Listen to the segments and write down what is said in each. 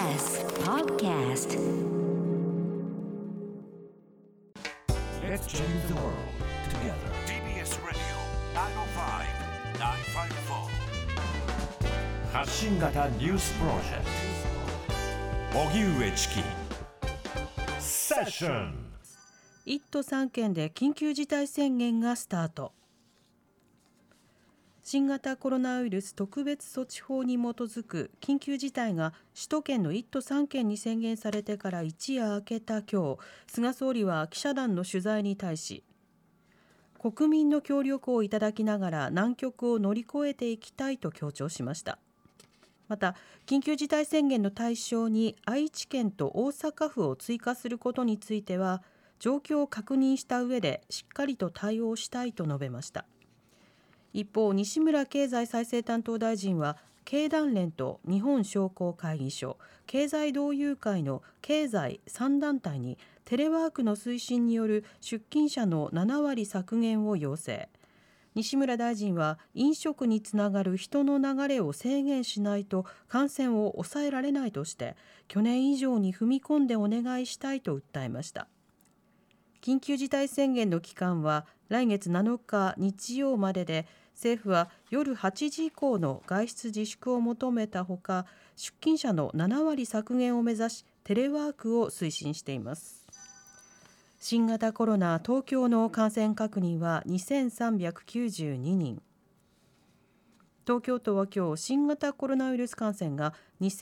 TBS Podcast. Let's change the world together. TBS Radio 905-954 発信型ニュースプロジェクト荻上チキセッション。 1都3県で緊急事態宣言がスタート。新型コロナウイルス特別措置法に基づく緊急事態が首都圏の1都3県に宣言されてから一夜明けた今日、菅総理は記者団の取材に対し、国民の協力をいただきながら難局を乗り越えていきたいと強調しました。また、緊急事態宣言の対象に愛知県と大阪府を追加することについては、状況を確認した上でしっかりと対応したいと述べました。一方、西村経済再生担当大臣は経団連と日本商工会議所、経済同友会の経済3団体にテレワークの推進による出勤者の7割削減を要請。西村大臣は飲食につながる人の流れを制限しないと感染を抑えられないとして、去年以上に踏み込んでお願いしたいと訴えました。緊急事態宣言の期間は来月7日日曜までで、政府は夜8時以降の外出自粛を求めたほか、出勤者の7割削減を目指しテレワークを推進しています。新型コロナ東京の感染確認は2392人。東京都は今日新型コロナウイルス感染が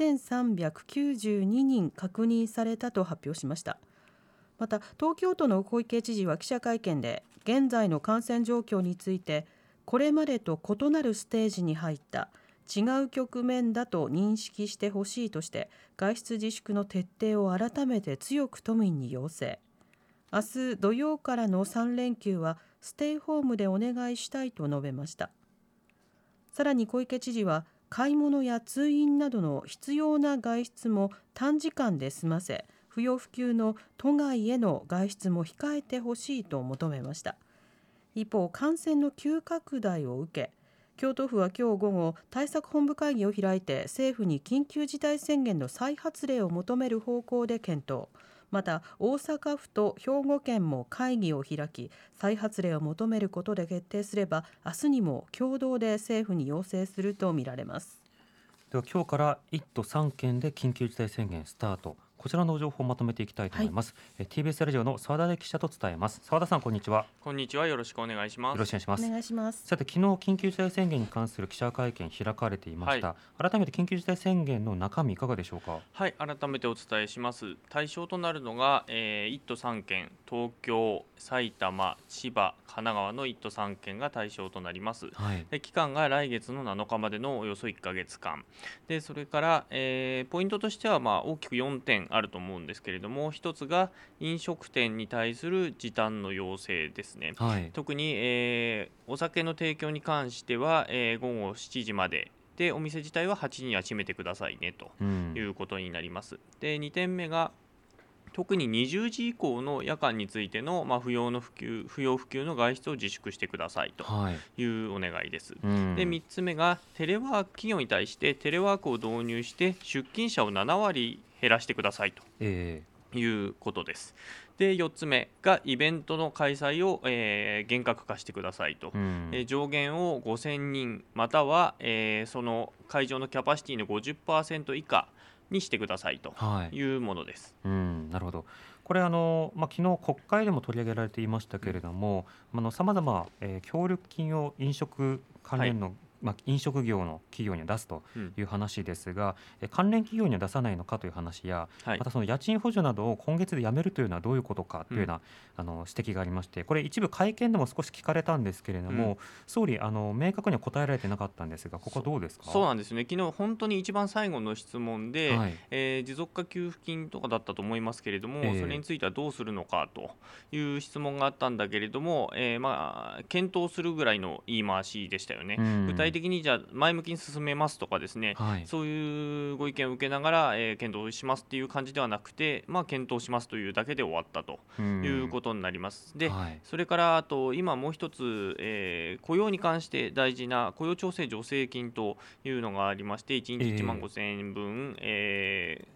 2392人確認されたと発表しました。また、東京都の小池知事は記者会見で、現在の感染状況について、これまでと異なるステージに入った違う局面だと認識してほしいとして、外出自粛の徹底を改めて強く都民に要請。明日土曜からの3連休はステイホームでお願いしたいと述べました。さらに小池知事は、買い物や通院などの必要な外出も短時間で済ませ、不要不急の都外への外出も控えてほしいと求めました。一方、感染の急拡大を受け、京都府は今日午後、対策本部会議を開いて政府に緊急事態宣言の再発令を求める方向で検討。また、大阪府と兵庫県も会議を開き、再発令を求めることで決定すれば、明日にも共同で政府に要請するとみられます。 では今日から1都3県で緊急事態宣言スタート。こちらの情報をまとめていきたいと思います。TBS ラジオの澤田記者と伝えます。澤田さん、こんにちは。 こんにちは、よろしくお願いします。 よろしくお願いします。 お願いします。 さて、昨日緊急事態宣言に関する記者会見開かれていました。改めて緊急事態宣言の中身いかがでしょうか。 はい、改めてお伝えします。対象となるのが、1都3県、東京、埼玉、千葉、神奈川の1都3県が対象となります。で、期間が来月の7日までのおよそ1ヶ月間で、それから、ポイントとしては大きく4点あると思うんですけれども、一つが飲食店に対する時短の要請ですね。特に、お酒の提供に関しては、午後7時までで、お店自体は8時には閉めてくださいねということになります。で、2点目が特に20時以降の夜間についての、不要不急の外出を自粛してくださいというお願いです。で、3つ目が企業に対してテレワークを導入して出勤者を7割減らしてくださいということです。で、4つ目がイベントの開催を、厳格化してくださいと、上限を5000人または、その会場のキャパシティの 50% 以下にしてくださいというものです。 なるほど。これ昨日国会でも取り上げられていましたけれども、さまざま協力金を飲食関連の、飲食業の企業には出すという話ですが、関連企業には出さないのかという話や、またその家賃補助などを今月でやめるというのはどういうことかというような、指摘がありまして、これ一部会見でも少し聞かれたんですけれども、総理明確には答えられてなかったんですが、ここはどうですか。 そうなんですね。昨日本当に一番最後の質問で、持続化給付金とかだったと思いますけれども、それについてはどうするのかという質問があったんだけれども、検討するぐらいの言い回しでしたよね。具体的にじゃあ前向きに進めますとかですね、そういうご意見を受けながら、検討しますっていう感じではなくて、検討しますというだけで終わったということになります。で、それからあと今もう一つ、雇用に関して大事な雇用調整助成金というのがありまして、1日1万5000円分、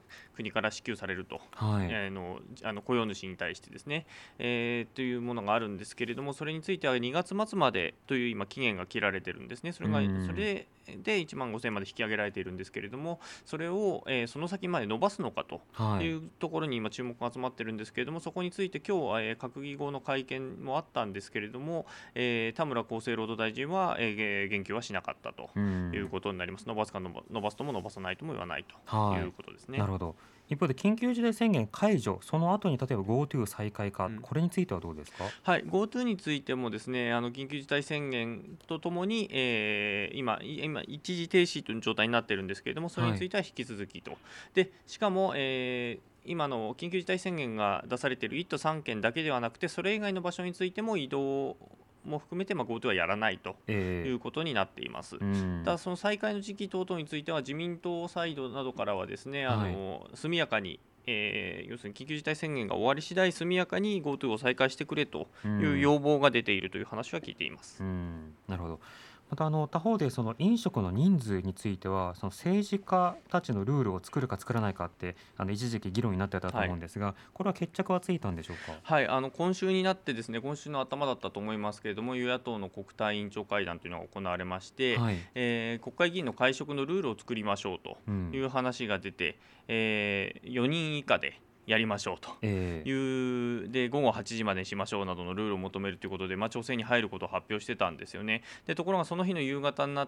国から支給されると、 はい、 雇用主に対してですね、というものがあるんですけれども、それについては2月末までという今期限が切られてるんですね。それで1万5000円まで引き上げられているんですけれども、それを、その先まで伸ばすのかというところに今注目が集まってるんですけれども、そこについて今日、閣議後の会見もあったんですけれども、田村厚生労働大臣は、言及はしなかったということになります。伸ばすとも伸ばさないとも言わないということですね。 なるほど。一方で緊急事態宣言解除、その後に例えば GoTo 再開か、これについてはどうですか。 はい、GoTo についてもですね、緊急事態宣言とともに、今一時停止という状態になっているんですけれども、それについては引き続きと、でしかも、今の緊急事態宣言が出されている1都3県だけではなくて、それ以外の場所についても移動も含めて、GoTo はやらないということになっています。ただその再開の時期等々については自民党サイドなどからはですね、速やかに、要するに緊急事態宣言が終わり次第速やかに GoTo を再開してくれという要望が出ているという話は聞いています。 なるほど。また他方でその飲食の人数については、その政治家たちのルールを作るか作らないかって一時期議論になってたと思うんですが、これは決着はついたんでしょうか。 はい、今週になってですね、今週の頭だったと思いますけれども、与野党の国対委員長会談というのが行われまして、国会議員の会食のルールを作りましょうという話が出て、4人以下でやりましょうという、で午後8時までにしましょうなどのルールを求めるということで、調整に入ることを発表してたんですよね。でところがその日の夕方になって、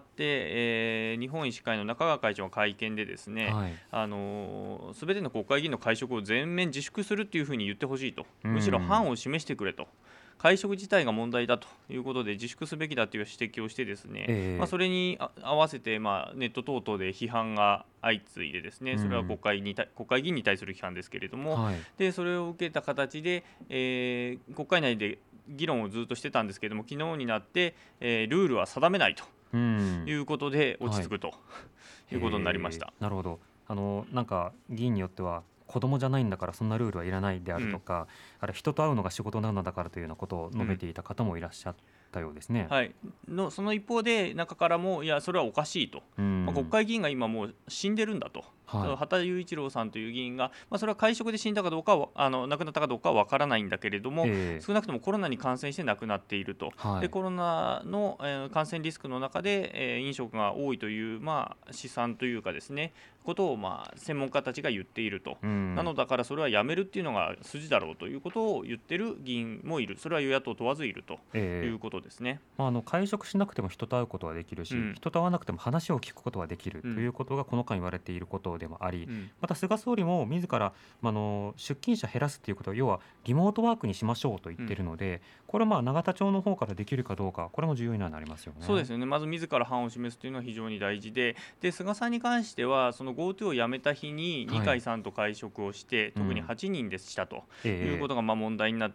日本医師会の中川会長が会見でですね、すべての国会議員の会食を全面自粛するというふうに言ってほしいと、むしろ範を示してくれと。会食自体が問題だということで自粛すべきだという指摘をしてですね、それに合わせて、ネット等々で批判が相次いでですね、それは国会議員に対する批判ですけれども、でそれを受けた形で、国会内で議論をずっとしてたんですけれども、昨日になって、ルールは定めないということで落ち着くということになりました。 なるほど。なんか議員によっては子供じゃないんだからそんなルールはいらないであるとか、あれ人と会うのが仕事なのだからというようなことを述べていた方もいらっしゃったようですね。 その一方で中からも、いやそれはおかしいと、国会議員が今もう死んでるんだと、畑雄一郎さんという議員が、それは会食で死んだかどうかは亡くなったかどうかは分からないんだけれども、少なくともコロナに感染して亡くなっていると、でコロナの、感染リスクの中で、飲食が多いという、試算というかですねことを、専門家たちが言っていると、なのだからそれはやめるっていうのが筋だろうということを言ってる議員もいる。それは与野党問わずいるということですね。 会食しなくても人と会うことはできるし、人と会わなくても話を聞くことはできるということがこの間言われていることでもあり、また菅総理も自ら、出勤者減らすということは要はリモートワークにしましょうと言っているので、これは永田町の方からできるかどうか、これも重要になりますよね。 そうですよね。まず自ら範を示すというのは非常に大事で、菅さんに関してはその GoTo をやめた日に二階さんと会食をして、特に8人でしたということが問題になって、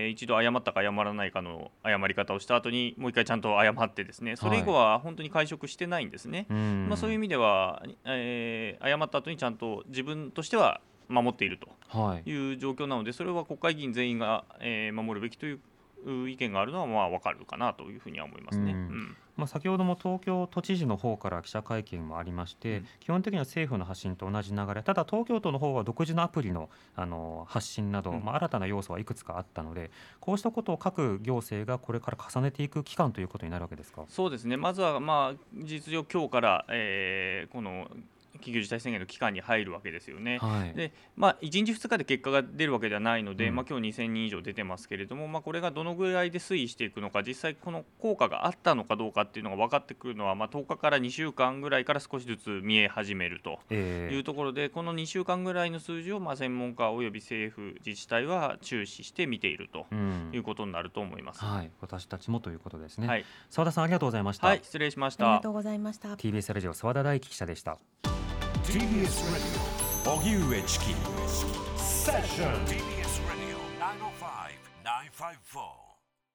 一度謝ったか謝らないかの謝り方をした後にもう一回ちゃんと謝ってですね、それ以降は本当に会食してないんですね。そういう意味では、謝った後にちゃんと自分としては守っているという状況なので、それは国会議員全員が、守るべきという意見があるのは分かるかなというふうには思いますね。 先ほども東京都知事の方から記者会見もありまして、基本的には政府の発信と同じ流れ、ただ東京都の方は独自のアプリの、発信など、新たな要素はいくつかあったので、こうしたことを各行政がこれから重ねていく期間ということになるわけですか。 そうですね。まずは、事実上今日から、この緊急事態宣言の期間に入るわけですよね。で1日2日で結果が出るわけではないので、今日2000人以上出てますけれども、これがどのぐらいで推移していくのか、実際この効果があったのかどうかっていうのが分かってくるのは、10日から2週間ぐらいから少しずつ見え始めるというところで、この2週間ぐらいの数字を専門家および政府自治体は注視して見ているということになると思います。 私たちもということですね。澤田さんありがとうございました。 失礼しました。 ありがとうございました。 TBS ラジオ澤田大樹記者でした。 TBS Radio 荻上チキセッション TBS Radio 905-954